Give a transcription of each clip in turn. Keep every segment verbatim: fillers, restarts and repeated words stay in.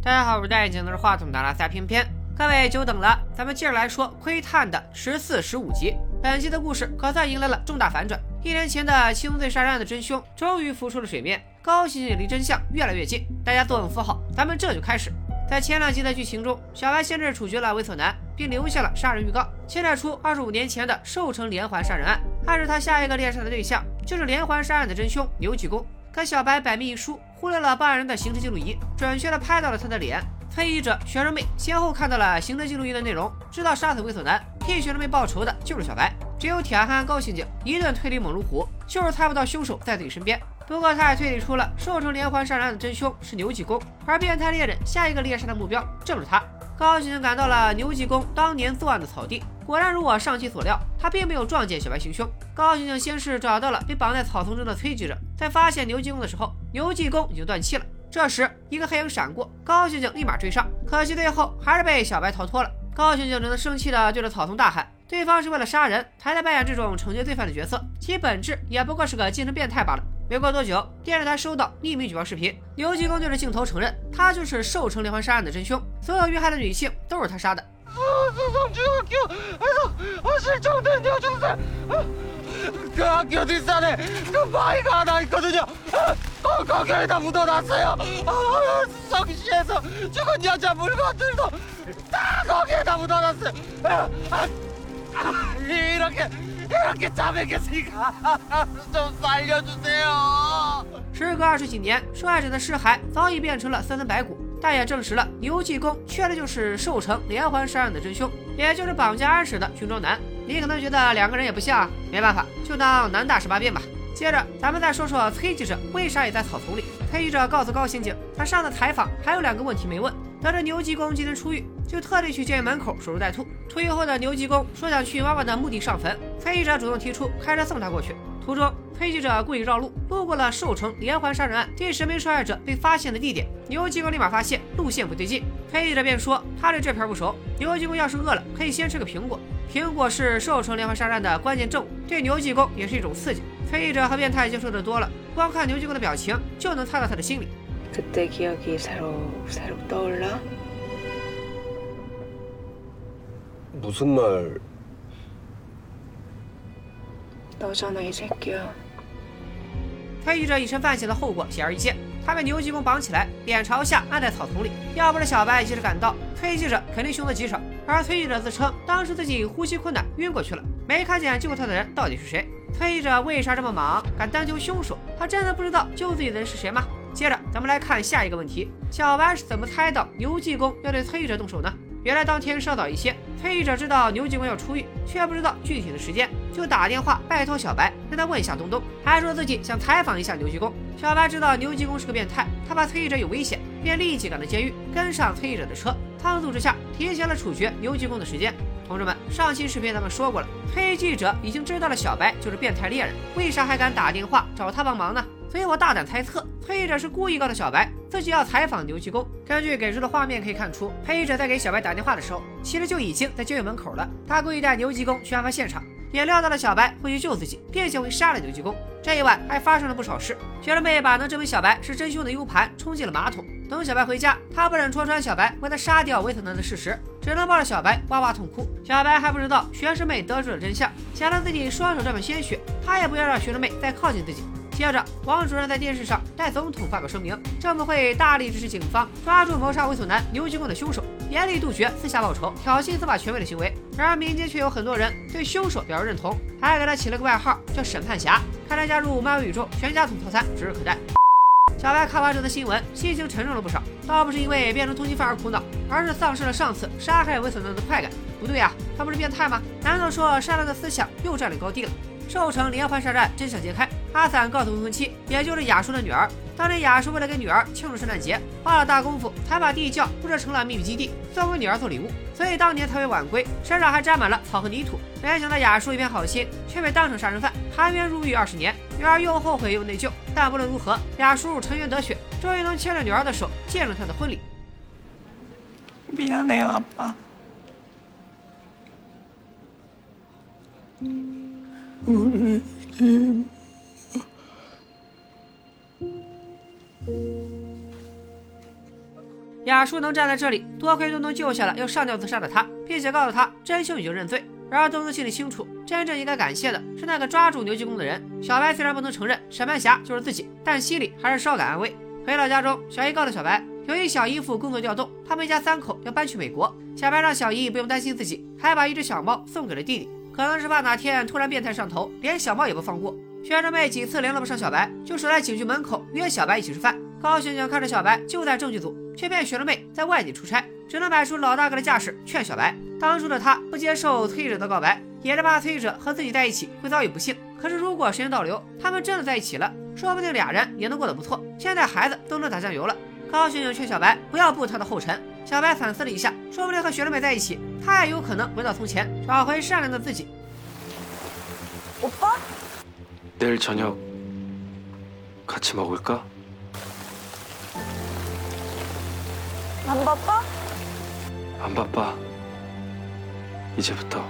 大家好，我是戴眼镜拿着话筒的拉塞偏偏。各位久等了，咱们接着来说窥探的十四、十五集。本期的故事可算迎来了重大反转，一年前的轻罪杀人案的真凶终于浮出了水面，高刑警离真相越来越近。大家坐稳扶好，咱们这就开始。在前两集的剧情中，小白先是处决了猥琐男，并留下了杀人预告，牵扯出二十五年前的寿城连环杀人案，暗示他下一个猎杀的对象就是连环杀案的真凶牛继公。可小白百密一疏，忽略了报案人的行车记录仪，准确的拍到了他的脸。崔记者、学生妹先后看到了行车记录仪的内容，知道杀死猥琐男替学生妹报仇的就是小白。只有铁憨憨高刑警一顿推理猛如虎，就是猜不到凶手在自己身边。不过他也推理出了寿城连环杀人案的真凶是牛继公，而变态猎人下一个猎杀的目标正是他。高刑警赶到了牛继公当年作案的草地，果然如我上期所料，他并没有撞见小白行凶。高刑警先是找到了被绑在草丛中的崔记者，在发现牛继公的时候，牛继公已经断气了。这时一个黑影闪过，高刑警立马追上，可惜最后还是被小白逃脱了。高刑警只能生气的对着草丛大喊，对方是为了杀人才在扮演这种惩戒罪犯的角色，其本质也不过是个精神变态罢了。没过多久，电视台收到匿名举报视频，牛继公对着镜头承认，他就是寿城连环杀案的真凶，所有遇害的女性都是他杀的。 그 학교 뒷산에 그 바위가 하나 있거든요. 거, 거기에다 묻어놨어요. 아, 성시에서 죽은 여자 물건들도 다 거기에다 묻어놨어요. 아, 아, 아, 이렇게 이렇게 자백했으니까 좀 살려주세요. 时隔二十几年，受害者的尸骸早已变成了三层白骨，但也证实了牛继公确实就是寿城连环杀案的真凶，也就是绑架安史的军装男。你可能觉得两个人也不像，没办法，就当男大十八变吧。接着咱们再说说崔记者为啥也在草丛里。崔记者告诉高刑警，他上次采访还有两个问题没问，得知牛继公今天出狱，就特地去监狱门口守株待兔。出狱后的牛继公说想去妈妈的墓地上坟，崔记者主动提出开车送他过去。途中崔记者故意绕路，路过了寿城连环杀人案第十名受害者被发现的地点，牛继公立马发现路线不对劲，崔记者便说他对这片不熟，牛继公要是饿了可以先吃个苹果，苹果是寿城连环杀人案的关键证物，对牛继公也是一种刺激。崔记者和变态接触的多了，光看牛继公的表情就能猜到他的心理。 그때 기억이 새록새록 떠올라? 무슨 말? 너잖아 이 새끼야. 崔记者以身犯险的后果显而易见，他被牛继公绑起来，脸朝下按在草丛里。要不是小白及时赶到，崔记者肯定凶得极少。而崔记者自称当时自己呼吸困难晕过去了，没看见救他的人到底是谁。崔记者为啥这么莽，敢单揪凶手？他真的不知道救自己的人是谁吗？接着咱们来看下一个问题，小白是怎么猜到牛继公要对崔记者动手呢？原来当天稍早一些，崔记者知道牛继公要出狱，却不知道具体的时间，就打电话拜托小白让他问一下东东，还说自己想采访一下牛继公。小白知道牛继公是个变态，他怕崔记者有危险，便立即赶到监狱，跟上崔记者的车，仓促之下提前了处决牛继公的时间。同志们，上期视频咱们说过了，崔记者已经知道了小白就是变态猎人，为啥还敢打电话找他帮忙呢？所以我大胆猜测，崔记者是故意告诉小白自己要采访牛继公。根据给出的画面可以看出，崔记者在给小白打电话的时候，其实就已经在监狱门口了。他故意带牛继公去案发现场，也料到了小白会去救自己，并且会杀了牛继公。这一晚还发生了不少事，学生妹把能证明小白是真凶的 U 盘冲进了马桶。等小白回家，他不忍戳穿小白为他杀掉猥琐男的事实，只能抱着小白哇哇痛哭。小白还不知道学生妹得知了真相，想让自己双手沾满鲜血，他也不要让学生妹再靠近自己。接着，王主任在电视上带总统发表声明，政府会大力支持警方抓住谋杀猥琐男牛继公的凶手，严厉杜绝私下报仇、挑衅司法权威的行为。然而民间却有很多人对凶手表示认同，还给他起了个外号叫审判侠。看来加入漫威宇宙全家桶套餐指日可待。小白看完这则新闻，心情沉重了不少，倒不是因为变成通缉犯而苦恼，而是丧失了上次杀害猥琐男的快感。不对呀、啊，他不是变态吗？难道说杀人的思想又占领高地了？寿城连环杀人案真相揭开，阿伞告诉未婚妻，也就是雅叔的女儿，当年雅叔为了给女儿庆祝圣诞节，花了大功夫才把地窖布置成了秘密基地，送给女儿做礼物，所以当年才会晚归，身上还沾满了草和泥土。没想到雅叔一片好心，却被当成杀人犯，含冤入狱二十年。女儿又后悔又内疚，但不论如何，雅叔沉冤得雪，终于能牵着女儿的手见证她的婚礼。 미안해요, 아빠. 우리 집 雅叔能站在这里，多亏东东救下了要上吊自杀的他，并且告诉他真凶已经认罪。然而东东心里清楚，真正应该感谢的是那个抓住牛继公的人。小白虽然不能承认审判侠就是自己，但心里还是稍感安慰。回到家中，小姨告诉小白，由于小姨夫工作调动，他们一家三口要搬去美国。小白让小姨不用担心自己，还把一只小猫送给了弟弟，可能是怕哪天突然变态上头，连小猫也不放过。学生妹几次联络不上小白，就守在警局门口约小白一起吃饭。高醒醒看着小白就在证据组，却骗学生妹在外地出差，只能摆出老大哥的架势劝小白。当初的他不接受崔者的告白，也是怕崔者和自己在一起会遭遇不幸。可是如果时间倒流，他们真的在一起了，说不定俩人也能过得不错。现在孩子都能打酱油了。高醒醒劝小白不要步他的后尘。小白反思了一下，说不定和学生妹在一起，他也有可能回到从前，找回善良的自己。 오빠? 내일 저녁 같이 먹을까? 안 바빠? 안 바빠. 이제부터.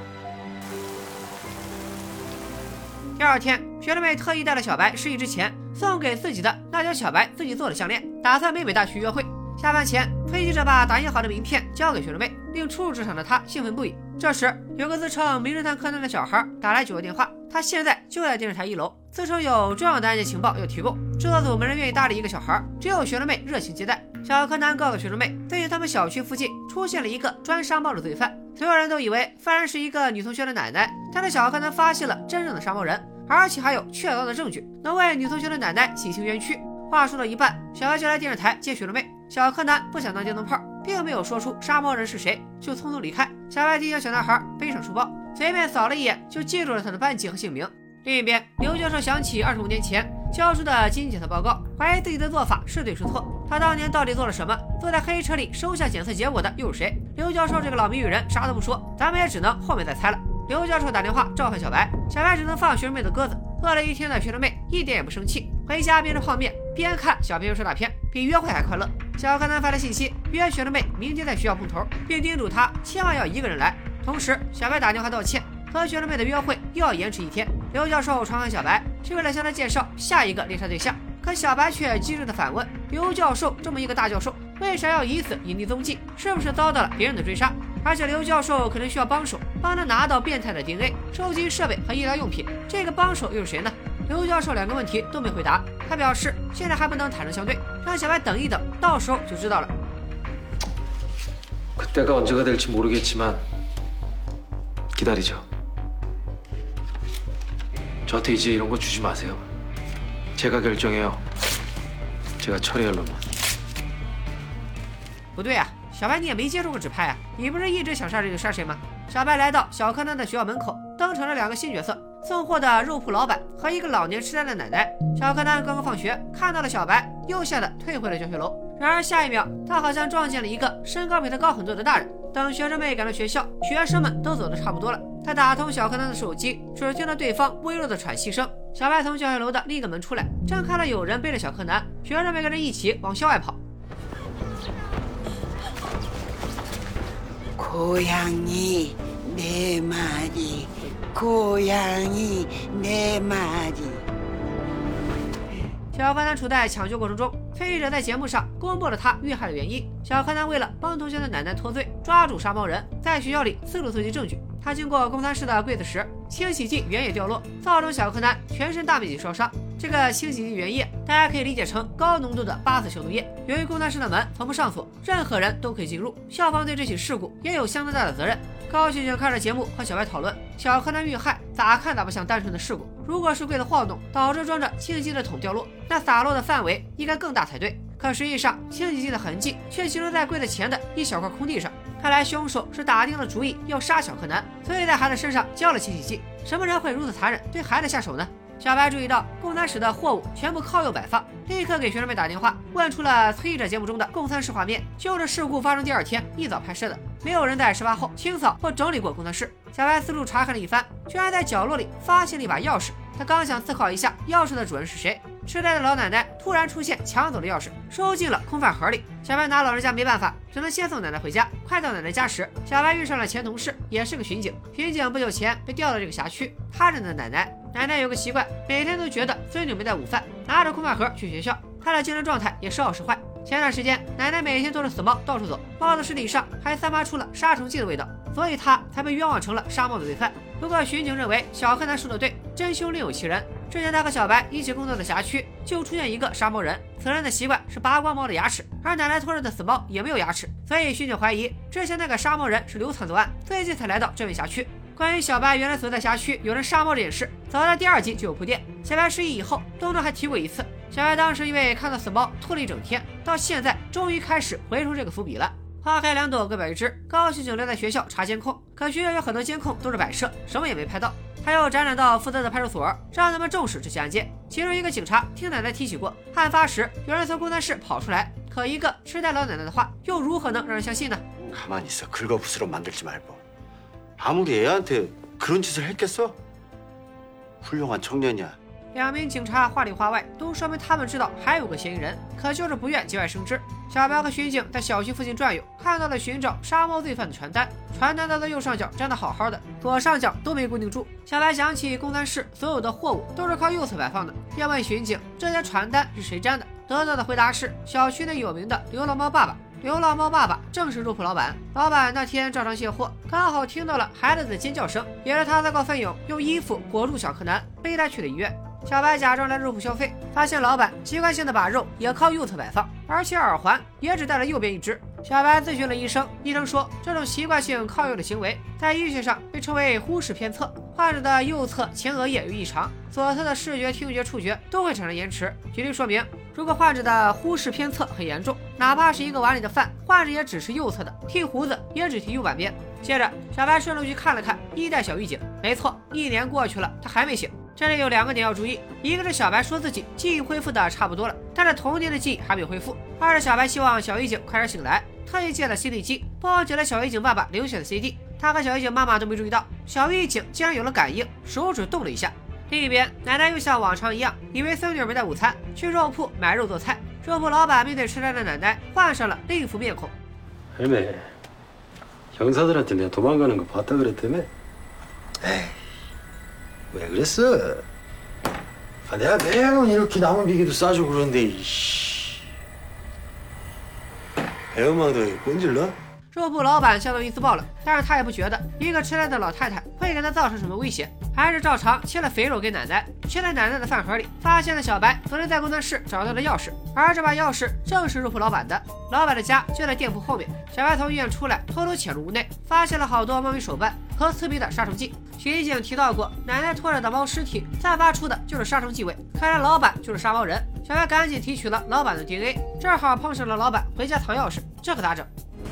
第二天，学生妹特意带了小白十亿之前送给自己的那条小白自己做的项链，打算美美大去约会。下班前，推记者把打印好的名片交给学生妹，令初入职场的她兴奋不已。这时，有个自称名侦探柯南的小孩打来九个电话，他现在就在电视台一楼，自称有重要的案件情报要提供。制作组没人愿意搭理一个小孩，只有学生妹热情接待。小柯南告诉学生妹，最近他们小区附近出现了一个专杀猫的罪犯，所有人都以为犯人是一个女同学的奶奶，但是小柯南发现了真正的杀猫人，而且还有确凿的证据，能为女同学的奶奶洗清冤屈。话说到一半，小白就来电视台接学生妹。小柯南不想当电灯泡，并没有说出杀猫人是谁，就匆匆离开。小白提醒小男孩背上书包，随便扫了一眼就记住了他的班级和姓名。另一边，刘教授想起二十五年前交出的基因检测报告，怀疑自己的做法是对是错。他当年到底做了什么？坐在黑车里收下检测结果的又是谁？刘教授这个老谜语人啥都不说，咱们也只能后面再猜了。刘教授打电话召唤小白，小白只能放学生妹的鸽子。饿了一天的学生妹一点也不生气，回家边吃泡面边看小朋友说大片，比约会还快乐。小柯南发来信息约学生妹明天在学校碰头，并叮嘱她千万要一个人来。同时，小白打电话道歉，和学生妹的约会又要延迟一天。刘教授传唤小白是为了向他介绍下一个猎杀对象，可小白却机智的反问：刘教授这么一个大教授，为啥要以此隐匿踪迹？是不是遭到了别人的追杀？而且刘教授可能需要帮手，帮他拿到变态的 D N A、收集设备和医疗用品。这个帮手又是谁呢？刘教授两个问题都没回答，他表示现在还不能坦诚相对，让小白等一等，到时候就知道了。 그때가 언제가 될지 모르겠지만 기다리죠. 저한테 이제 이런 거 주지 마세요. 제가 결정해요. 제가 처리할 놈은. 不对啊，小白你也没接触过纸牌啊，你不是一直想杀谁就杀谁吗？小白来到小柯南的学校门口，登场了两个新角色：送货的肉铺老板和一个老年痴呆的奶奶。小柯南刚刚放学，看到了小白，又吓得退回了教学楼。然而下一秒，他好像撞见了一个身高比他高很多的大人。等学生妹赶到学校，学生们都走得差不多了。他打通小柯南的手机，只听到对方微弱的喘息声。小白从教学楼的另一个门出来，正看到有人背着小柯南，学生妹跟着一起往校外跑。 고양이 네 마리, 고양이 네 마리。 小柯南处在抢救过程中，崔记者在节目上公布了他遇害的原因。小柯南为了帮同学的奶奶脱罪，抓住杀猫人，在学校里四处搜集证据。他经过供餐室的柜子时，清洗剂原液掉落，造成小柯南全身大面积烧伤。这个清洗剂原液，大家可以理解成高浓度的八四消毒液。由于供餐室的门从不上锁，任何人都可以进入，校方对这起事故也有相当大的责任。高星星看着节目和小白讨论，小柯南遇害咋看咋不像单纯的事故。如果是柜子晃动导致装着清洗剂的桶掉落，那洒落的范围应该更大才对。可实际上，清洗剂的痕迹却集中在柜子前的一小块空地上。看来凶手是打定了主意要杀小柯南，所以在孩子身上浇了清洗剂。什么人会如此残忍，对孩子下手呢？小白注意到供餐室的货物全部靠右摆放，立刻给学生妹打电话，问出了崔记者节目中的供餐室画面，就是事故发生第二天一早拍摄的。没有人在事发后清扫或整理过供餐室。小白四处查看了一番，居然在角落里发现了一把钥匙。他刚想思考一下钥匙的主人是谁，痴呆的老奶奶突然出现，抢走了钥匙，收进了空饭盒里。小白拿老人家没办法，只能先送奶奶回家。快到奶奶家时，小白遇上了前同事，也是个巡警。巡警不久前被调到这个辖区，他认得奶奶。奶奶有个习惯，每天都觉得孙女没带午饭，拿着空饭盒去学校。她的精神状态也时好时坏。 前段时间，奶奶每天拖着死猫到处走，猫的尸体上还散发出了杀虫剂的味道，所以她才被冤枉成了杀猫的罪犯。不过巡警认为小柯南说的对，真凶另有其人。之前他和小白一起工作的辖区就出现一个杀猫人，此人的习惯是拔光猫的牙齿，而奶奶拖着的死猫也没有牙齿，所以巡警怀疑之前那个杀猫人是流窜作案，最近才来到这位辖区。关于小白原来所在辖区有人杀猫这件事，早在第二集就有铺垫。小白失忆以后，东东还提过一次。小白当时因为看到死猫吐了一整天，到现在终于开始回收这个伏笔了。花开两朵，各表一枝。高刑警留在学校查监控，可学校有很多监控都是摆设，什么也没拍到。还有展览到负责的派出所，让他们重视这起案件。其中一个警察听奶奶提起过，案发时有人从工作室跑出来，可一个痴呆老奶奶的话，又如何能让人相信呢？ 가만히 있어. 긁어부스럼 만들지 말고. 아무리 애한테 그런 짓을 했겠어? 훌륭한 청년이야. 两名警察话里话外都说明他们知道还有个嫌疑人，可就是不愿节外生枝。小白和巡警在小区附近转悠，看到了寻找杀猫罪犯的传单，传单的右上角粘得好好的，左上角都没固定住。小白想起工单室所有的货物都是靠右侧摆放的，便问巡警这些传单是谁粘的，得到的回答是小区内有名的流浪猫爸爸。流浪猫爸爸正是肉铺老板，老板那天照常卸货，刚好听到了孩子的尖叫声，也是他在告奋勇用衣服裹住小柯南，背他去的医院。小白假装来肉铺消费，发现老板习惯性的把肉也靠右侧摆放，而且耳环也只戴了右边一只。小白咨询了医生，医生说这种习惯性靠右的行为在医学上被称为忽视偏侧，患者的右侧前额叶有异常，左侧的视觉、听觉、触觉都会产生延迟。举例说明，如果患者的忽视偏侧很严重，哪怕是一个碗里的饭，患者也只吃右侧的，剃胡子也只剃右半边。接着，小白顺路去看了看一代小狱警，没错，一年过去了，他还没醒。这里有两个点要注意，一个是小白说自己记忆恢复的差不多了，但是童年的记忆还没有恢复；二是小白希望小狱警快点醒来，特意借了 C D 机，播解了小狱警爸爸留下的 C D。他和小狱警妈妈都没注意到，小狱警竟然有了感应，手指动了一下。另一边，奶奶又像往常一样，以为孙女没带午餐，去肉铺买肉做菜。肉铺老板面对痴呆的奶奶，换上了另一副面孔。 할매, 형사들한테 내가 도망가는 거 봤다 그랬다며? 에이, 왜 그랬어? 아, 내가 매번 이렇게 남은 비계도 싸주고 그러는데 이씨. 배은망덕이 꼰질러? 肉铺老板相当于自爆了，但是他也不觉得一个痴呆的老太太会给他造成什么威胁，还是照常切了肥肉给奶奶。切在奶奶的饭盒里，发现了小白昨天在工作室找到的钥匙，而这把钥匙正是肉铺老板的。老板的家就在店铺后面。小白从医院出来，偷偷潜入屋内，发现了好多猫咪手办和刺鼻的杀虫剂。巡警提到过，奶奶拖着的猫尸体散发出的就是杀虫剂味，看来老板就是杀猫人。小白赶紧提取了老板的 D N A， 正好碰上了老板回家藏钥匙，这可咋整？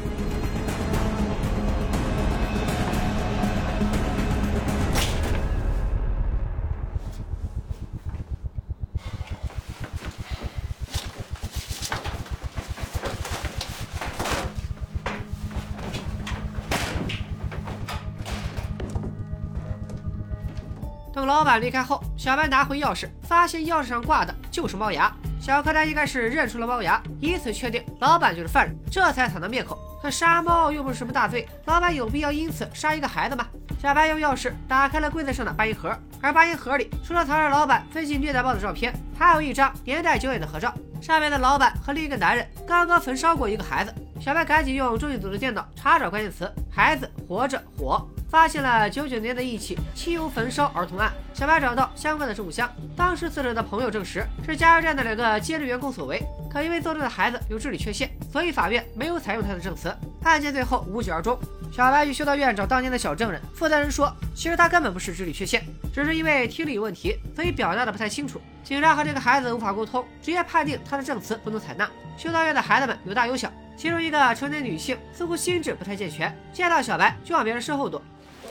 等老板离开后，小白拿回钥匙，发现钥匙上挂的就是猫牙。小柯南应该是认出了猫牙，以此确定老板就是犯人，这才藏到灭口。可杀猫又不是什么大罪，老板有必要因此杀一个孩子吗？小白用钥匙打开了柜子上的八音盒，而八音盒里除了藏着老板最近虐待猫的照片，还有一张年代久远的合照，上面的老板和另一个男人刚刚焚烧过一个孩子。小白赶紧用中语组的电脑查找关键词：孩子、活着、火。 发现了九九年的一起汽油焚烧儿童案，小白找到相关的证物箱，当时死者的朋友证实是加油站的两个接力员工所为，可因为作证的孩子有智力缺陷，所以法院没有采用他的证词，案件最后无疾而终。小白去修道院找当年的小证人，负责人说，其实他根本不是智力缺陷，只是因为听力有问题，所以表达的不太清楚。警察和这个孩子无法沟通，直接判定他的证词不能采纳。修道院的孩子们有大有小，其中一个成年女性似乎心智不太健全，见到小白就往别人身后躲。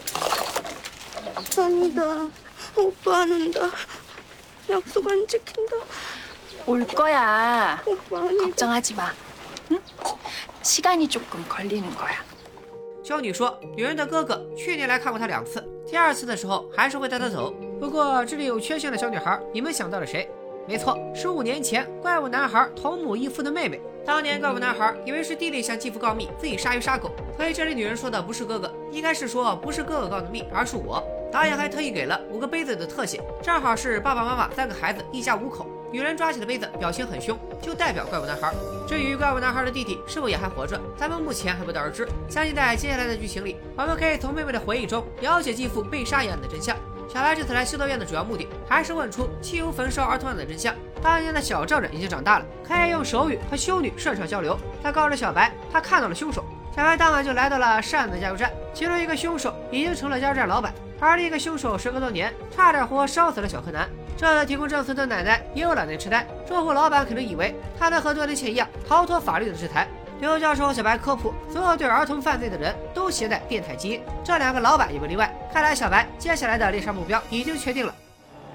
아니다. 오빠 안 온다. 약속 안 지킨다. 올 거야. 오빠 아니다. 걱정하지 마. 응? 시간이 조금 걸리는 거야. 修女说，女人的哥哥去年来看过她两次，第二次的时候还是会带她走。不过智力有缺陷的小女孩，你们想到了谁？没错，十五年前怪物男孩同母异父的妹妹。当年怪物男孩以为是弟弟向继父告密，自己杀鱼杀狗，所以这里女人说的不是哥哥，应该是说不是哥哥告的密，而是我。导演还特意给了五个杯子的特写，正好是爸爸妈妈三个孩子一家五口。 女人抓起的杯子表情很凶，就代表怪物男孩。至于怪物男孩的弟弟是否也还活着，咱们目前还不得而知。相信在接下来的剧情里，我们可以从妹妹的回忆中了解继父被杀一案的真相。小白这次来修道院的主要目的，还是问出汽油焚烧儿童案的真相。当年的小赵人已经长大了，可以用手语和修女顺畅交流。他告诉小白，他看到了凶手。小白当晚就来到了上岸的加油站，其中一个凶手已经成了加油站老板，而另一个凶手时隔多年，差点活烧死了小柯南。这次提供证词的奶奶也有老年痴呆，住户老板可能以为他能和多年前一样逃脱法律的制裁。刘教授和小白科普，所有对儿童犯罪的人都携带变态基因，这两个老板也不例外。看来小白接下来的猎杀目标已经确定了。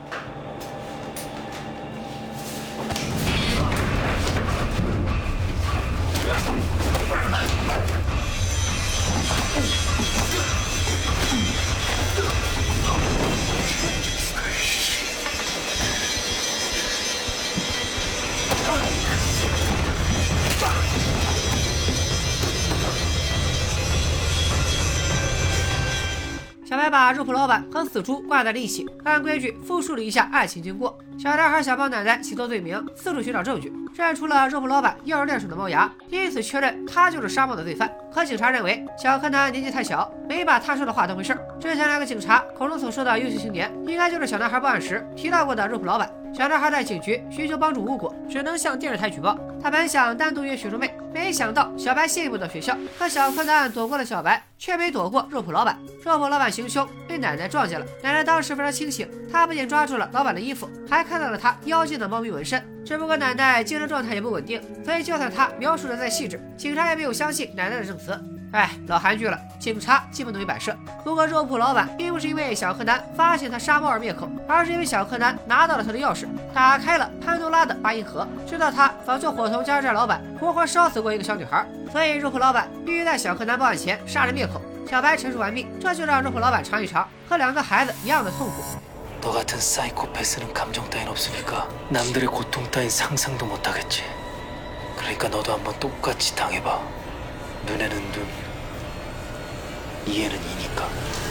小白把肉铺老板和死猪挂在了一起，按规矩复述了一下案情经过。小男孩想帮奶奶洗脱罪名，四处寻找证据，认出了肉铺老板幼儿练手的猫牙，因此确认他就是沙漠的罪犯。可警察认为小柯南年纪太小，没把他说的话当回事。之前两个警察口中所说的优秀青年，应该就是小男孩报案时提到过的肉铺老板。小男孩在警局寻求帮助无果，只能向电视台举报。他本想单独约学生妹，没想到小白先一步到学校，可小柯南躲过了小白，却没躲过肉铺老板。肉铺老板行凶，被奶奶撞见了。奶奶当时非常清醒，她不仅抓住了老板的衣服，还看到了他腰间的猫咪纹身。只不过奶奶精神状态也不稳定，所以就算他描述的再细致，警察也没有相信奶奶的证词。哎，老韩剧了，警察基本都没摆设。不过肉铺老板并不是因为小柯南发现他杀猫而灭口，而是因为小柯南拿到了他的钥匙，打开了潘多拉的八音盒，知道他早就伙同加油站老板活活烧死过一个小女孩，所以肉铺老板必须在小柯南报案前杀人灭口。小白陈述完毕，这就让肉铺老板尝一尝和两个孩子一样的痛苦。 너 같은 사이코패스는 감정 따윈 없으니까 남들의 고통 따윈 상상도 못하겠지. 그러니까 너도 한번 똑같이 당해봐. 눈에는 눈, 이에는 이니까.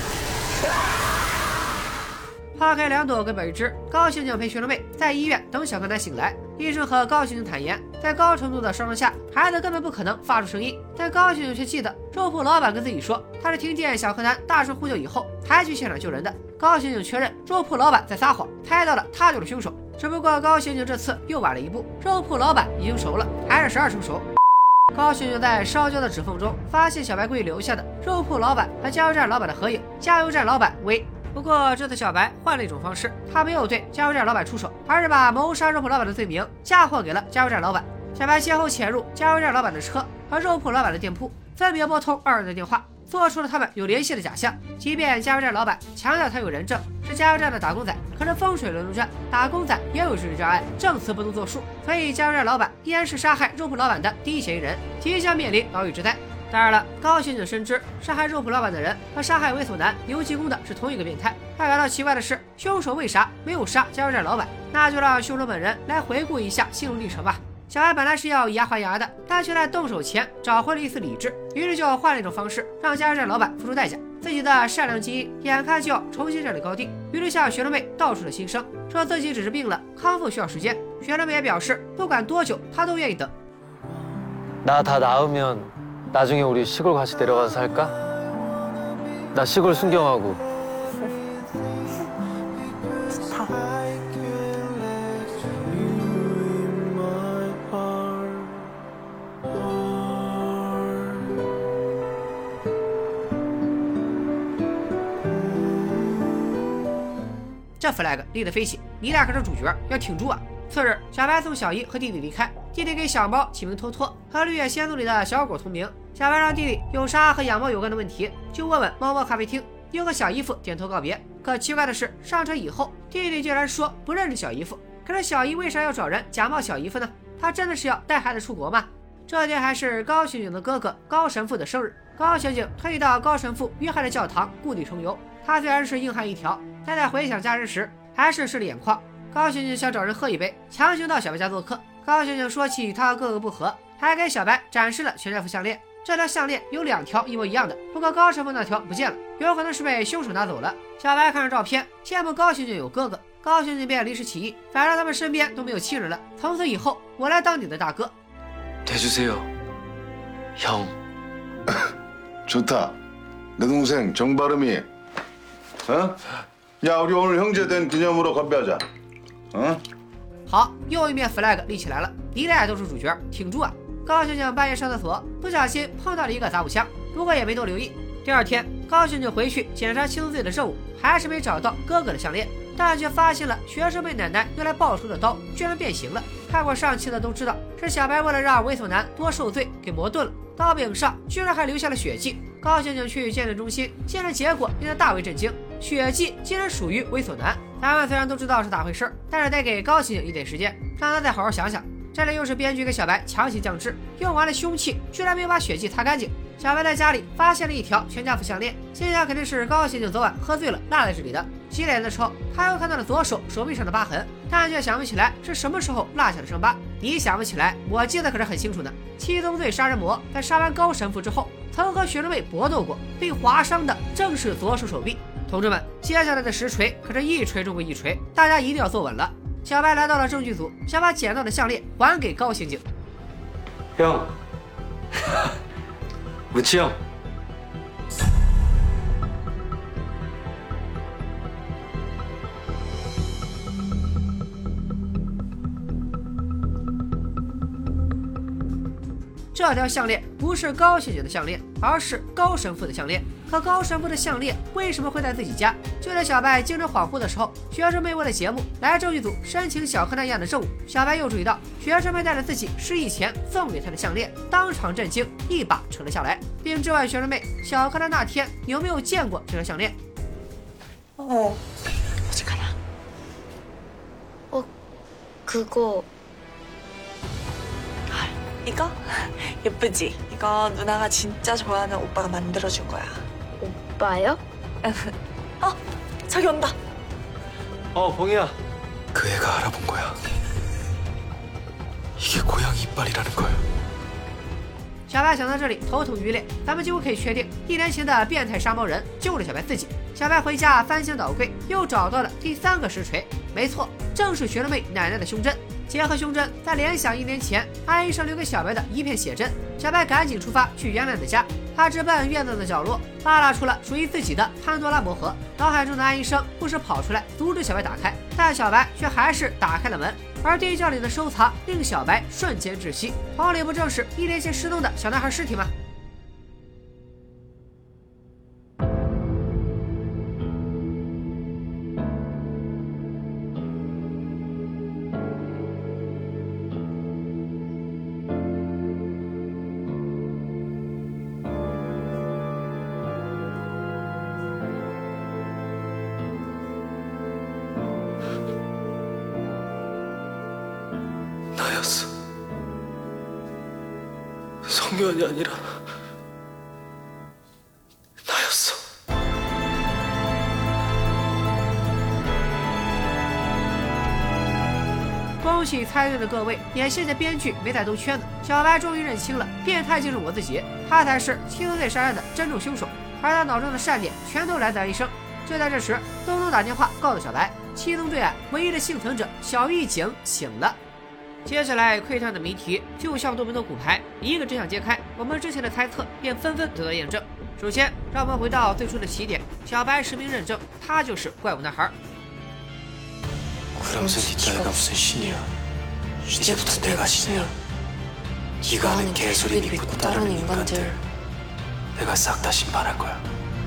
抛开两朵根本一枝，高刑警陪学生妹在医院等小柯南醒来。医生和高刑警坦言，在高程度的烧伤下，孩子根本不可能发出声音。但高刑警却记得肉铺老板跟自己说，他是听见小柯南大声呼救以后才去现场救人的。高刑警确认肉铺老板在撒谎，猜到了他就是凶手。只不过高刑警这次又晚了一步，肉铺老板已经熟了，还是十二成熟。高刑警在烧焦的指缝中发现小白故意留下的肉铺老板和加油站老板的合影，加油站老板威。 不过这次小白换了一种方式，他没有对加油站老板出手，而是把谋杀肉铺老板的罪名嫁祸给了加油站老板。小白先后潜入加油站老板的车和肉铺老板的店铺，分别拨通二人的电话，做出了他们有联系的假象。即便加油站老板强调他有人证，是加油站的打工仔，可是风水轮流转，打工仔也有认知障碍，证词不能作数，所以加油站老板依然是杀害肉铺老板的第一嫌疑人，即将面临牢狱之灾。 当然了，高刑警深知杀害肉铺老板的人和杀害猥琐男刘继功的是同一个变态。他感到奇怪的是，凶手为啥没有杀加油站老板？那就让凶手本人来回顾一下心路历程吧。小白本来是要以牙还牙的，但却在动手前找回了一丝理智，于是就换了一种方式让加油站老板付出代价。自己的善良基因眼看就要重新站立高地，于是向学生妹道出了心声，说自己只是病了，康复需要时间。学生妹也表示，不管多久，她都愿意等。 나 다 나으면 나중에 우리 시골 같이 내려가서 살까? 나 시골 순경하고. 좋다. 这 flag 立得飞起，你俩可是主角，要挺住啊！次日，小白送小姨和弟弟离开，弟弟给小猫起名托托，和《绿野仙踪》里的小狗同名。小白让弟弟有啥和养猫有关的问题，就问问猫猫咖啡厅，又和小姨夫点头告别。可奇怪的是，上车以后，弟弟竟然说不认识小姨夫。可是小姨为啥要找人假冒小姨夫呢？他真的是要带孩子出国吗？这天还是高刑警的哥哥高神父的生日，高刑警特意到高神父遇害的教堂故地重游。他虽然是硬汉一条，但在回想家人时，还是湿了眼眶。高刑警想找人喝一杯，强行到小白家做客。高刑警说起他和哥哥不和，还给小白展示了全寨夫项链。这条项链有两条一模一样的，不过高神父那条不见了，有可能是被凶手拿走了。小白看着照片，羡慕高刑警有哥哥。 高刑警便临时起意，反正他们身边都没有亲人了，从此以后我来当你的大哥。 대주세요, 형. 좋다. 내 동생 정바름이. 어? 야, 우리 오늘 형제 된 기념으로 건배하자. 어? 好，又一面 flag 立起来了，历代都是主角，挺住啊！高刑警半夜上厕所，不小心碰到了一个杂物箱，不过也没多留意。第二天，高刑警回去检查七宗罪的任务，还是没找到哥哥的项链，但却发现了学生妹奶奶用来报仇的刀居然变形了。看过上期的都知道，是小白为了让猥琐男多受罪给磨钝了，刀柄上居然还留下了血迹。高刑警去鉴定中心见了结果，令他大为震惊，血迹竟然属于猥琐男。咱们虽然都知道是咋回事，但是得给高刑警一点时间，让他再好好想想。这里又是编剧给小白强行降智，用完了凶器居然没有把血迹擦干净。小白在家里发现了一条全家福项链，心想肯定是高刑警昨晚喝醉了落在这里的。洗脸的时候，他又看到了左手手臂上的疤痕，但却想不起来是什么时候落下的伤疤。你想不起来，我记得可是很清楚呢。七宗罪杀人魔在杀完高神父之后，曾和学生妹搏斗过，被划伤的正是左手手臂。同志们，接下来的实锤可是一锤中过一锤，大家一定要坐稳了。小白来到了证据组，想把捡到的项链还给高刑警。 형, 무치 형. 这条项链不是高刑警的项链，而是高神父的项链。可高神父的项链为什么会在自己家？就在小白精神恍惚的时候，学生妹为了节目来证据组申请小柯南一样的任务。小白又注意到学生妹带着自己失忆前送给他的项链，当场震惊，一把扯了下来，并质问学生妹小柯南那天有没有见过这条项链。 어. 잠깐만. 어, 그거. 아, 이거? 예쁘지? 이거 누나가 진짜 좋아하는 오빠가 만들어준 거야. 오빠요? 어, 저기 온다. 어, 봉이야. 그 애가 알아본 거야. 이게 고양이 이빨이라는 걸. 小白想到这里头疼欲裂，咱们几乎可以确定，一年前的变态杀猫人救了小白自己。小白回家翻箱倒柜，又找到了第三个实锤，没错，正是学生妹奶奶的胸针。结合胸针，再联想一年前安医生留给小白的一片血针，小白赶紧出发去原来的家。他直奔院子的角落，扒拉出了属于自己的潘多拉魔盒。脑海中的安医生不时跑出来阻止小白打开，但小白却还是打开了门。而地窖里的收藏令小白瞬间窒息，黄里不正是一年前失踪的小男孩尸体吗？ 나였어. 성현이 아니라 나였어. 恭喜猜对的各位，也谢谢编剧没再兜圈子。小白终于认清了，变态就是我自己，他才是七宗罪杀人的真正凶手，而他脑中的善念全都来自安医生。就在这时，东东打电话告诉小白，七宗罪案唯一的幸存者小狱警醒了。 接下来窥探的谜题就像多米诺骨牌，一个真相揭开，我们之前的猜测便纷纷得到验证。首先，让我们回到最初的起点，小白实名认证，他就是怪物男孩。 그러면서 네 딸가 무슨 신이야? 이제부터 내가 신이야. 네가 하는 개소리 믿고 따르는 인간들 내가 싹 다 심판할 거야.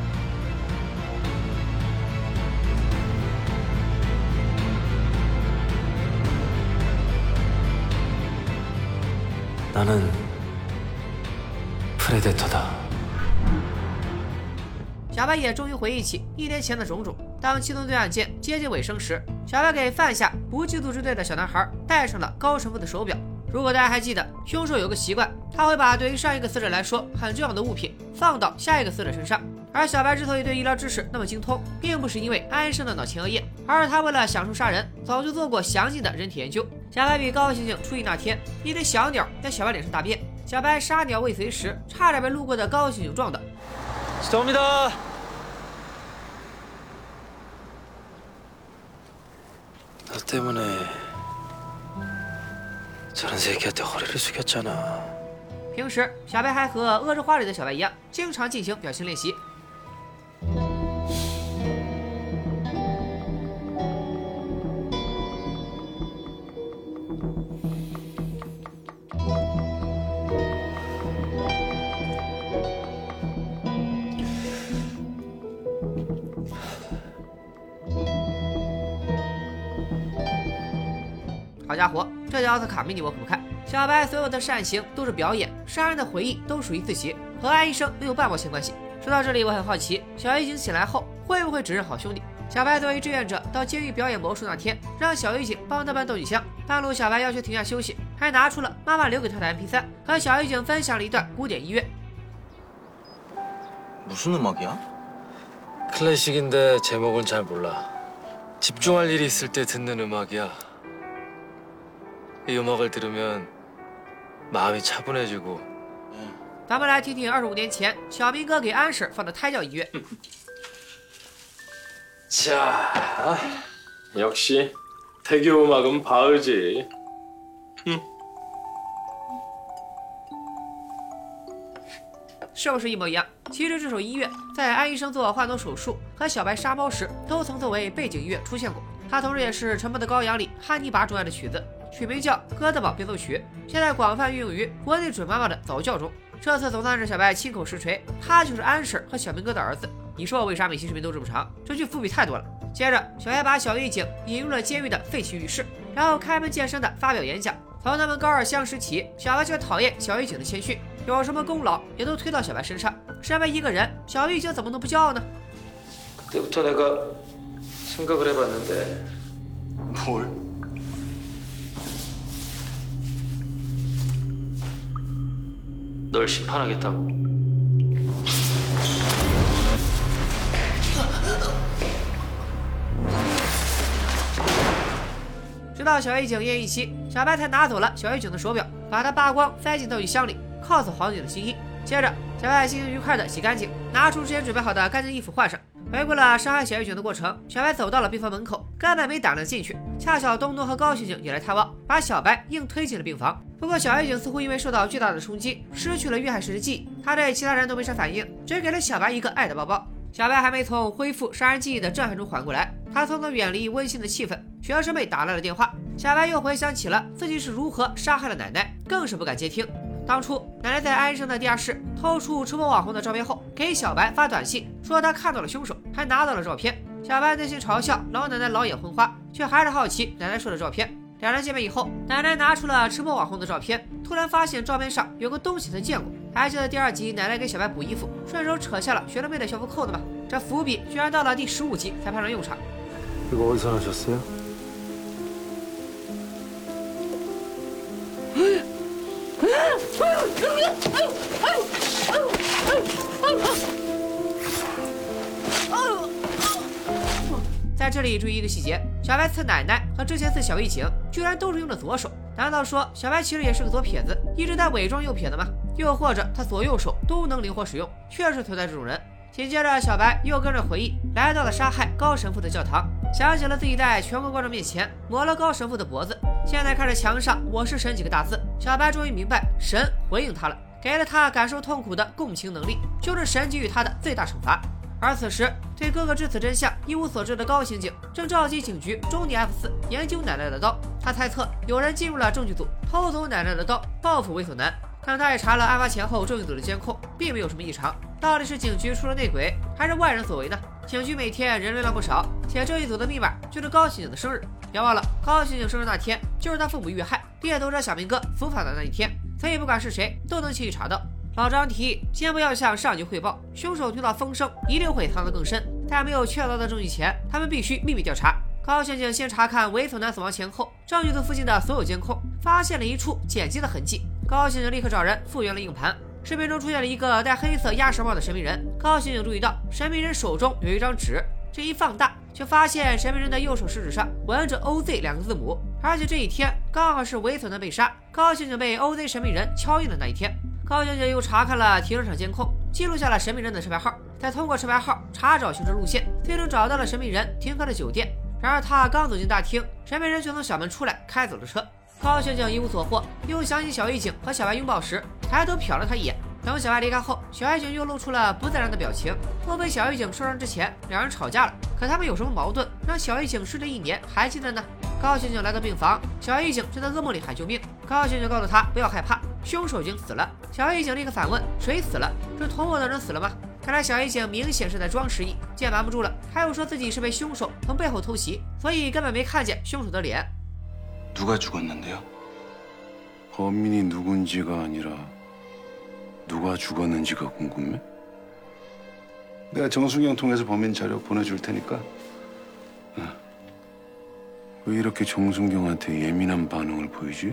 나는 프레데터다. 小白也终于回忆起一年前的种种。当七宗罪案件接近尾声时，小白给犯下不缉毒之罪的小男孩戴上了高神父的手表。如果大家还记得，凶手有个习惯，他会把对于上一个死者来说很重要的物品放到下一个死者身上。而小白之所以对医疗知识那么精通，并不是因为安生的脑前额叶，而是他为了享受杀人，早就做过详尽的人体研究。小白比高刑警出狱那天，一只小鸟在小白脸上大便，小白杀鸟未遂时，差点被路过的高刑警撞到。 스톱니다. 너 때문에 저런 새끼한테 허리를 숙였잖아. 平时，小白还和恶之花里的小白一样，经常进行表情练习。好家伙，这叫奥斯卡迷你我可不看。小白所有的善行都是表演，杀人的回忆都属于自己，和安医生没有半毛钱关系。说到这里，我很好奇，小狱警醒来后会不会指认好兄弟？小白作为志愿者到监狱表演魔术那天，让小狱警帮他搬斗气箱。半路，小白要求停下休息，还拿出了妈妈留给他的 M P 三，和小狱警分享了一段古典音乐。 무슨 음악이야? 클래식인데 제목은 잘 몰라. 집중할 일이 있을 때 듣는 음악이야. 이 음악을 들으면 마음이 차분해지고. 咱们来听听二十五年前小明哥给安婶放的胎教音乐。 자, 역시 태교 음악은 바흐지. 응. 是不是一模一样？其实这首音乐在安医生做换头手术和小白杀猫时都曾作为背景音乐出现过。它同时也是《沉默的羔羊》里汉尼拔钟爱的曲子，取名叫《哥德堡变奏曲》，现在广泛运用于国内准妈妈的早教中。这次总算是小白亲口实锤，他就是安婶和小明哥的儿子。你说为啥每期视频都这么长？这句伏笔太多了。接着，小白把小狱警引入了监狱的废弃浴室，然后开门见山的发表演讲。从他们高二相识起，小白就讨厌小狱警的谦逊。 有什么功劳也都推到小白身上。身为一个人，小狱警怎么能不骄傲呢？ 그때부터 내가 생각을 해봤는데. 뭘? 널 심판하겠다고. 直到小狱警验一期，小白才拿走了小狱警的手表，把它扒光塞进斗气箱里。 犒诉黄警的心意。接着，小白心情愉快的洗干净，拿出之前准备好的干净衣服换上。回顾了伤害小狱警的过程，小白走到了病房门口，根本没胆量进去。恰巧东东和高刑警也来探望，把小白硬推进了病房。不过小狱警似乎因为受到巨大的冲击，失去了遇害时的记忆。他对其他人都没啥反应，只给了小白一个爱的抱抱。小白还没从恢复杀人记忆的震撼中缓过来，他匆匆远离温馨的气氛。学生妹打来了电话，小白又回想起了自己是如何杀害了奶奶，更是不敢接听。 当初奶奶在安生的地下室偷出吃播网红的照片后，给小白发短信说她看到了凶手，还拿到了照片。小白内心嘲笑老奶奶老眼昏花，却还是好奇奶奶说的照片。两人见面以后，奶奶拿出了吃播网红的照片，突然发现照片上有个东西她见过。还记得第二集奶奶给小白补衣服，顺手扯下了学生妹的校服扣子吗？这伏笔居然到了第十五集才派上用场。 이거 어디서 나셨어요? 어! 在这里注意一个细节，小白刺奶奶和之前刺小狱警居然都是用的左手。难道说小白其实也是个左撇子，一直在伪装右撇子吗？又或者他左右手都能灵活使用，确实存在这种人。紧接着，小白又跟着回忆来到了杀害高神父的教堂，想起了自己在全国观众面前抹了高神父的脖子。现在看着墙上“我是神”几个大字，小白终于明白神回应他了，给了他感受痛苦的共情能力，就是神给予他的最大惩罚。而此时，对哥哥至此真相一无所知的高刑警正召集警局中地 F 四研究奶奶的刀。他猜测有人进入了证据组，偷走奶奶的刀，报复猥琐男。但他也查了案发前后证据组的监控，并没有什么异常。到底是警局出了内鬼，还是外人所为呢？警局每天人流量不少，且证据组的密码就是高刑警的生日。别忘了，高刑警生日那天就是他父母遇害、猎头者小明哥伏法的那一天，所以不管是谁都能轻易查到。老张提议先不要向上级汇报，凶手听到风声一定会藏得更深，在没有确凿的证据前，他们必须秘密调查。高刑警先查看猥琐男死亡前后证据组附近的所有监控，发现了一处剪辑的痕迹。高刑警立刻找人复原了硬盘。视频中出现了一个戴黑色鸭舌帽的神秘人，高刑警注意到神秘人手中有一张纸，这一放大就发现神秘人的右手食指上纹着 O Z 两个字母，而且这一天刚好是猥琐男被杀，高刑警被 O Z 神秘人敲晕的那一天。高刑警又查看了停车场监控，记录下了神秘人的车牌号，再通过车牌号查找行车路线，最终找到了神秘人停靠的酒店。 然而他刚走进大厅，陈美人就从小门出来，开走了车。高刑警一无所获，又想起小狱警和小白拥抱时，抬头瞟了他一眼。等小白离开后，小狱警又露出了不自然的表情。莫非小狱警受伤之前两人吵架了？可他们有什么矛盾让小狱警睡了一年还记得呢？高刑警来到病房，小狱警正在噩梦里喊救命。高刑警告诉他不要害怕，凶手已经死了。小狱警立刻反问：谁死了？是捅我的人死了吗？看来小狱警明显是在装失忆。见瞒不住了，他又说自己是被凶手从背后偷袭，所以根本没看见凶手的脸。 누가 죽었는데요? 범인이 누군지가 아니라 누가 죽었는지가 궁금해? 내가 정수경 통해서 범인 자료 보내줄 테니까. 어. 왜 이렇게 정수경한테 예민한 반응을 보이지?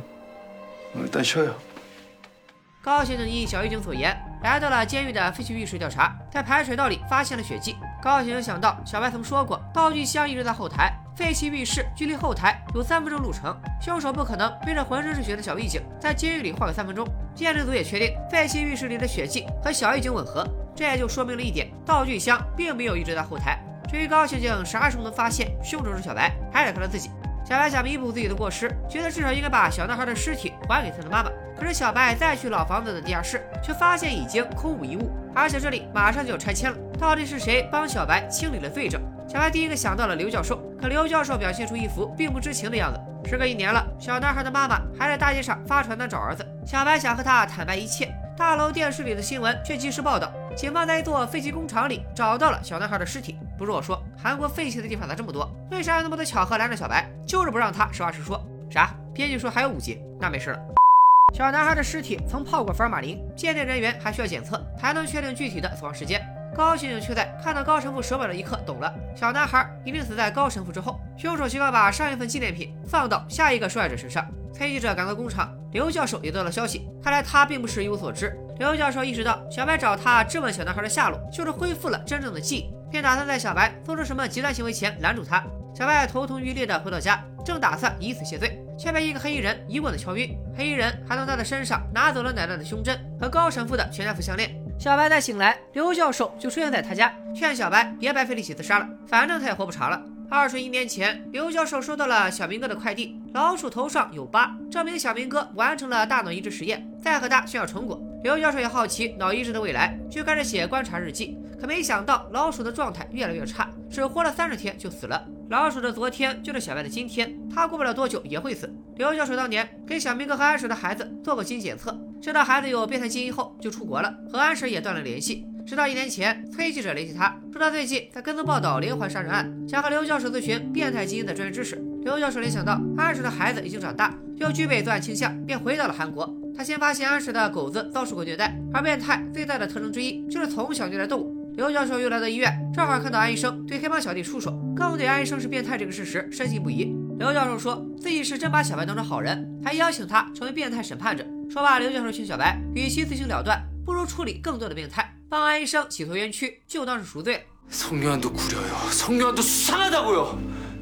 어, 일단 쉬어요. 高刑警依小狱警所言，来到了监狱的废弃浴室调查，在排水道里发现了血迹。高刑警想到小白曾说过，道具箱一直在后台，废弃浴室距离后台有三分钟路程，凶手不可能背着浑身是血的小狱警在监狱里晃个三分钟。鉴定组也确定，废弃浴室里的血迹和小狱警吻合，这也就说明了一点，道具箱并没有一直在后台。至于高刑警啥时候能发现凶手是小白，还得看他自己。小白想弥补自己的过失，觉得至少应该把小男孩的尸体还给他的妈妈。可是小白再去老房子的地下室，却发现已经空无一物，而且这里马上就要拆迁了。到底是谁帮小白清理了罪证？小白第一个想到了刘教授，可刘教授表现出一副并不知情的样子。时隔一年了，小男孩的妈妈还在大街上发传单找儿子。小白想和他坦白一切，大楼电视里的新闻却及时报道，警方在一座废弃工厂里找到了小男孩的尸体。不是我说，韩国废弃的地方咋这么多？为啥有那么多巧合拦着小白，就是不让他实话实说？啥？编剧说还有误解？那没事了。小男孩的尸体曾泡过福尔马林，鉴定人员还需要检测才能确定具体的死亡时间。高刑警却在看到高神父手表的一刻懂了，小男孩一定死在高神父之后。凶手希望把上一份纪念品放到下一个受害者身上。崔记者赶到工厂，刘教授也得到消息，看来他并不是一无所知。刘教授意识到小白找他质问小男孩的下落，就是恢复了真正的记忆，便打算在小白做出什么极端行为前拦住他。小白头痛欲裂地回到家，正打算以此谢罪，却被一个黑衣人一棍子敲晕。黑衣人还从他的身上拿走了奶奶的胸针和高神父的全家福项链。小白再醒来，刘教授就出现在他家，劝小白别白费力气自杀了，反正他也活不长了。二十一年前，刘教授收到了小明哥的快递，老鼠头上有疤，证明小明哥完成了大脑移植实验，再和他炫耀成果。刘教授也好奇脑移植的未来，就开始写观察日记。可没想到老鼠的状态越来越差，只活了三十天就死了。老鼠的昨天就是小白的今天，他过不了多久也会死。刘教授当年给小明哥和安婶的孩子做过基因检测，知道孩子有变态基因后就出国了，和安婶也断了联系。直到一年前，崔记者联系他，说他最近在跟踪报道连环杀人案，想和刘教授咨询变态基因的专业知识。刘教授联想到安婶的孩子已经长大，又具备作案倾向，便回到了韩国。他先发现安婶的狗子遭受过虐待，而变态最大的特征之一就是从小虐待动物。刘教授又来到医院，正好看到安医生对黑帮小弟出手，更对安医生是变态这个事实深信不疑。刘教授说自己是真把小白当成好人，还邀请他成为变态审判者。说罢，刘教授劝小白，与其自行了断，不如处理更多的变态，帮安医生洗脱冤屈，就当是赎罪了。 성녀한도 구려요. 성녀한도 수상하다고요.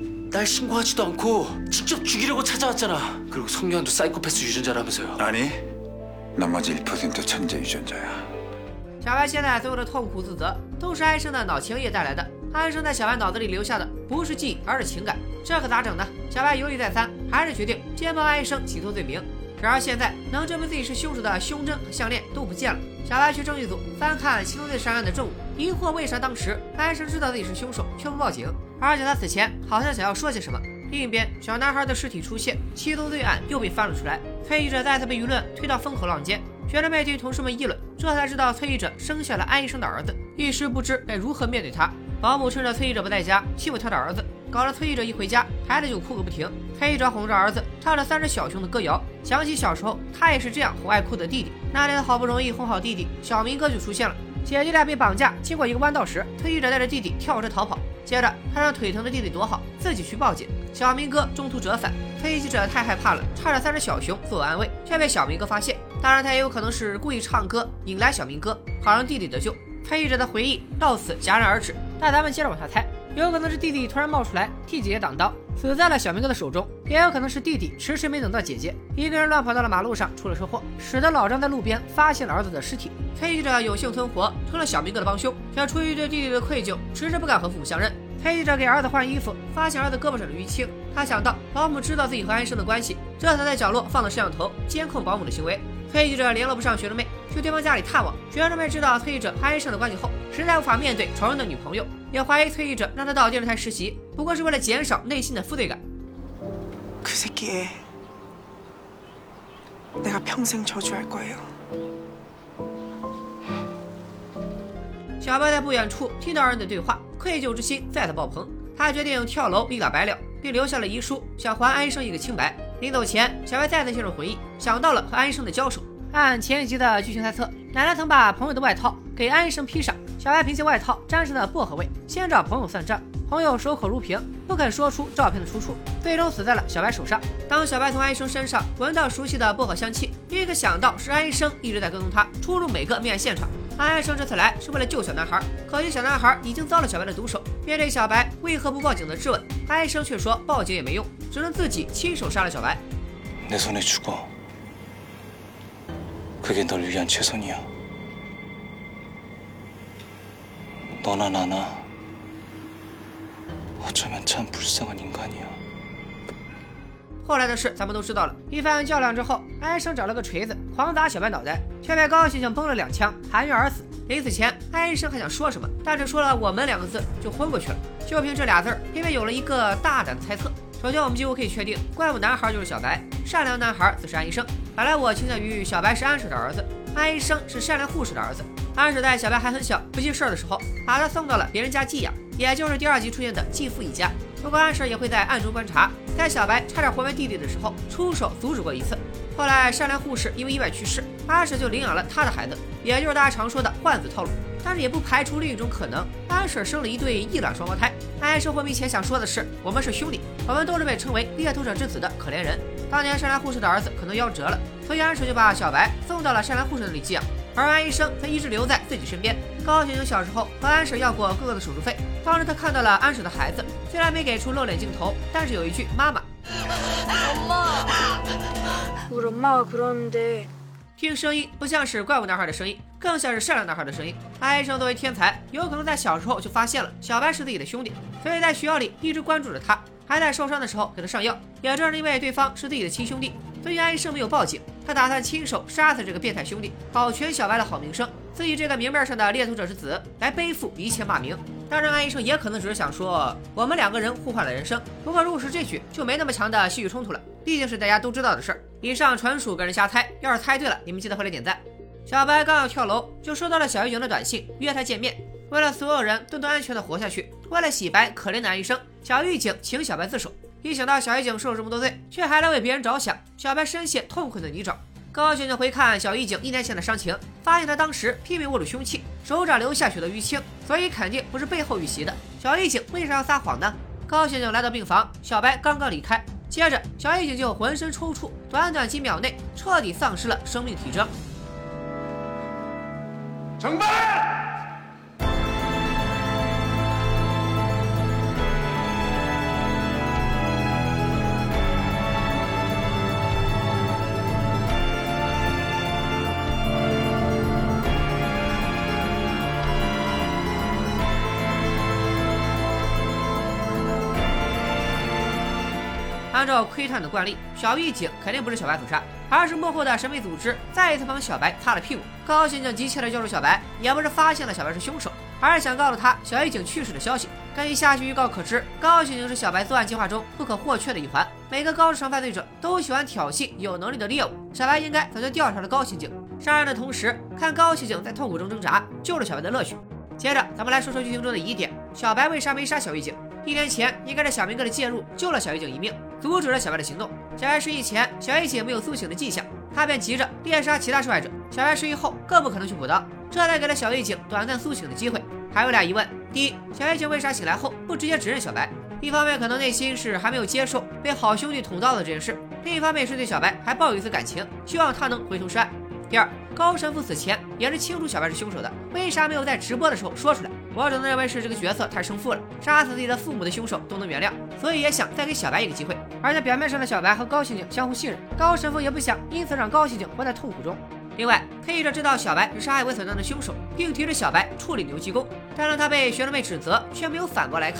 날 신고하지도 않고 직접 죽이려고 찾아왔잖아. 그리고 성녀한도 사이코패스 유전자라면서요. 아니, 나머지 일 퍼센트 천재 유전자야. 小白现在所有的痛苦自责，都是安生的脑前液带来的。安生在小白脑子里留下的不是记忆，而是情感，这可咋整呢？小白犹豫再三，还是决定先帮安生洗脱罪名。然而现在能证明自己是凶手的胸针和项链都不见了。小白去证据组翻看七宗罪杀案的证物，疑惑为啥当时安生知道自己是凶手却不报警，而且他死前好像想要说些什么。另一边，小男孩的尸体出现，七宗罪案又被翻了出来。崔记者再次被舆论推到风口浪尖。 学生妹对同事们议论，这才知道崔记者生下了安医生的儿子，一时不知该如何面对他。保姆趁着崔记者不在家欺负他的儿子，搞得崔记者一回家孩子就哭个不停。崔记者哄着儿子唱着三只小熊的歌谣，想起小时候他也是这样哄爱哭的弟弟。那天好不容易哄好弟弟，小明哥就出现了。姐弟俩被绑架，经过一个弯道时，崔记者带着弟弟跳车逃跑。接着他让腿疼的弟弟躲好，自己去报警。小明哥中途折返，崔记者太害怕了，唱着三只小熊自我安慰，却被小明哥发现。 当然，他也有可能是故意唱歌引来小明哥，好让弟弟得救。崔记者的回忆到此戛然而止，但咱们接着往下猜，有可能是弟弟突然冒出来替姐姐挡刀，死在了小明哥的手中；也有可能是弟弟迟迟没等到姐姐，一个人乱跑到了马路上，出了车祸，使得老张在路边发现了儿子的尸体。崔记者有幸存活，成了小明哥的帮凶，却出于对弟弟的愧疚，迟迟不敢和父母相认。 裴记者给儿子换衣服，发现儿子胳膊上的淤青。他想到保姆知道自己和安生的关系，这才在角落放了摄像头监控保姆的行为。崔记者联络不上学生妹，去对方家里探望。学生妹知道崔记者和安生的关系后，实在无法面对仇人的女朋友，也怀疑崔记者让他到电视台实习，不过是为了减少内心的负罪感。 그 새끼에 내가 평생 저주할 거예요. 小白在不远处听到二人的对话，愧疚之心再次爆棚。他决定跳楼一了百了，并留下了遗书，想还安生一个清白。临走前，小白再次陷入回忆，想到了和安生的交手。按前一集的剧情猜测，奶奶曾把朋友的外套给安生披上，小白凭借外套沾上的薄荷味，先找朋友算账。 朋友守口如瓶，不肯说出照片的出处，最终死在了小白手上。当小白从安生身上闻到熟悉的薄荷香气，立刻想到是安生一直在跟踪他，出入每个命案现场。安生这次来是为了救小男孩，可惜小男孩已经遭了小白的毒手。面对小白为何不报警的质问，安生却说报警也没用，只能自己亲手杀了小白。 내 손에 죽어. 그게 널 위한 최선이야. 너나 나나 어쩌면 참 불쌍한 인간이야. 后来的事咱们都知道了。一番较量之后，安生找了个锤子狂砸小白脑袋，却被高刑警崩了两枪，含冤而死。临死前，安生还想说什么，但是说了“我们”两个字就昏过去了。就凭这俩字儿，偏偏有了一个大胆的猜测。首先，我们几乎可以确定，怪物男孩就是小白，善良男孩则是安医生。本来我倾向于小白是安婶的儿子，安医生是善良护士的儿子。安婶在小白还很小不记事儿的时候，把他送到了别人家寄养，也就是第二集出现的继父一家。不过安婶也会在暗中观察，在小白差点活埋弟弟的时候出手阻止过一次。后来善良护士因为意外去世，安婶就领养了他的孩子，也就是大家常说的换子套路。但是也不排除另一种可能，安婶生了一对异卵双胞胎。安生昏迷前想说的是：我们是兄弟，我们都是被称为猎头者之子的可怜人。当年善良护士的儿子可能夭折了，所以安婶就把小白送到了善良护士那里寄养，而安医生则一直留在自己身边。高刑警小时候和安婶要过哥哥的手术费，当时他看到了安婶的孩子，虽然没给出露脸镜头，但是有一句妈妈。 우리 엄마가 그러는데 听声音不像是怪物男孩的声音，更像是善良男孩的声音。安医生作为天才，有可能在小时候就发现了小白是自己的兄弟，所以在学校里一直关注着他，还在受伤的时候给他上药。也正是因为对方是自己的亲兄弟，所以安医生没有报警，他打算亲手杀死这个变态兄弟，保全小白的好名声，自己这个明面上的猎头者之子来背负一切骂名。当然，安医生也可能只是想说我们两个人互换了人生。不过，如果是这句，就没那么强的戏剧冲突了，毕竟是大家都知道的事儿。以上纯属个人瞎猜，要是猜对了，你们记得回来点赞。小白刚要跳楼，就收到了小狱警的短信，约他见面。为了所有人都能安全的活下去，为了洗白可怜的安医生，小狱警请小白自首。一想到小狱警受了这么多罪，却还来为别人着想，小白深陷痛苦的泥沼。高刑警回看小狱警一年前的伤情，发现他当时拼命握住凶器，手掌流下血的淤青，所以肯定不是背后遇袭的。小狱警为啥要撒谎呢？高刑警来到病房，小白刚刚离开，接着小狱警就浑身抽搐，短短几秒内彻底丧失了生命体征。 정말 按照窥探的惯例，小狱警肯定不是小白所杀，而是幕后的神秘组织再一次帮小白擦了屁股。高刑警急切地叫住小白，也不是发现了小白是凶手，而是想告诉他小狱警去世的消息。根据下集预告可知，高刑警是小白作案计划中不可或缺的一环。每个高智商犯罪者都喜欢挑衅有能力的猎物，小白应该早就调查了高刑警，杀人的同时看高刑警在痛苦中挣扎，救了小白的乐趣。接着咱们来说说剧情中的疑点，小白为啥没杀小狱警？一年前应该是小明哥的介入救了小狱警一命，阻止了小白的行动。小白失忆前，小狱警没有苏醒的迹象，他便急着猎杀其他受害者。小白失忆后，更不可能去补刀，这才给了小狱警短暂苏醒的机会。还有俩疑问：第一，小狱警为啥醒来后不直接指认小白？一方面可能内心是还没有接受被好兄弟捅刀的这件事，另一方面是对小白还抱有一丝感情，希望他能回头是岸。第二，高神父死前也是清楚小白是凶手的，为啥没有在直播的时候说出来？我只能认为是这个角色太生父了，杀死自己的父母的凶手都能原谅，所以也想再给小白一个机会。而在表面上的小白和高刑警相互信任，高神父也不想因此让高刑警活在痛苦中。另外，黑着知道小白是杀害韦损当的凶手，并提着小白处理牛技工，但让他被学生妹指责，却没有反驳来看，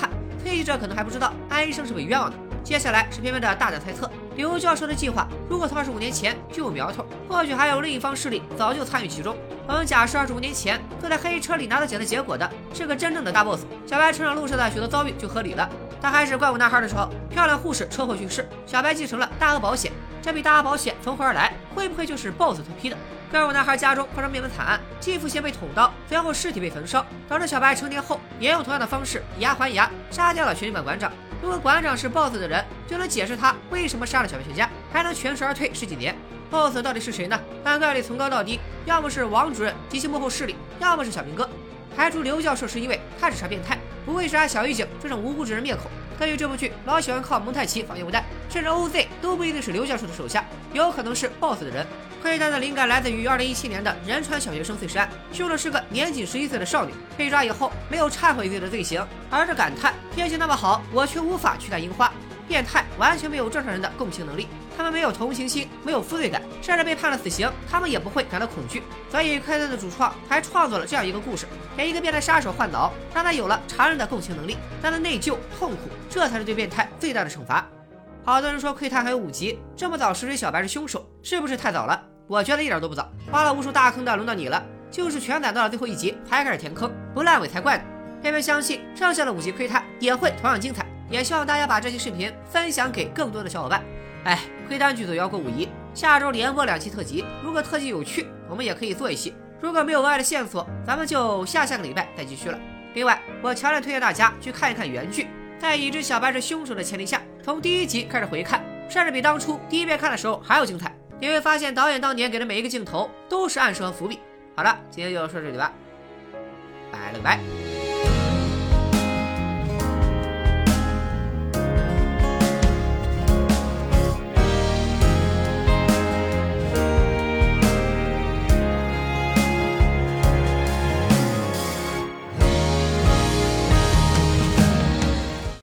推理者可能还不知道安医生是被冤枉的。接下来是偏偏的大胆猜测，刘教授的计划如果从二十五年前就有苗头，或许还有另一方势力早就参与其中。我们假设二十五年前坐在黑车里拿到奖的结果的是个真正的大 boss， 小白成长路上的许多遭遇就合理了。他还是怪物男孩的时候，漂亮护士车祸去世，小白继承了大额保险，这笔大额保险从何而来？会不会就是 boss 头批的？怪物男孩家中发生灭门惨案，继父先被捅刀，随后尸体被焚烧，导致小白成年后也用同样的方式以牙还牙，杀掉了全女版馆长。如果馆长是 boss 的人，就能解释他为什么杀了小白全家，还能全身而退十几年。boss 到底是谁呢？按概率从高到低，要么是王主任及其幕后势力，要么是小明哥。排除刘教授是因为他只杀变态，不会杀小狱警这种无辜之人灭口。根据这部剧老喜欢靠蒙太奇绑烟雾弹，甚至 O Z 都不一定是刘教授的手下，有可能是 boss 的人。窥探的灵感来自于二零一七年的仁川小学生碎尸案，凶手是个年仅十一岁的少女，被抓以后没有忏悔自己的罪行，而是感叹天气那么好，我却无法去看樱花。变态完全没有正常人的共情能力，他们没有同情心，没有负罪感，甚至被判了死刑，他们也不会感到恐惧。所以窥探的主创还创作了这样一个故事，给一个变态杀手换脑，让他有了常人的共情能力，让他内疚痛苦，这才是对变态最大的惩罚。好多人说窥探还有五集，这么早实锤小白是凶手，是不是太早了？我觉得一点都不早，挖了无数大坑的轮到你了，就是全攒到了最后一集才开始填坑，不烂尾才怪呢。偏偏相信剩下的五集窥探也会同样精彩，也希望大家把这期视频分享给更多的小伙伴。哎，窥探剧组要过五一，下周连播两期特辑，如果特辑有趣，我们也可以做一期；如果没有额外的线索，咱们就下下个礼拜再继续了。另外，我强烈推荐大家去看一看原剧，在已知小白是凶手的前提下，从第一集开始回看，甚至比当初第一遍看的时候还要精彩。你会发现导演当年给的每一个镜头都是暗示和伏笔。好了，今天就说到这里吧，拜了个拜。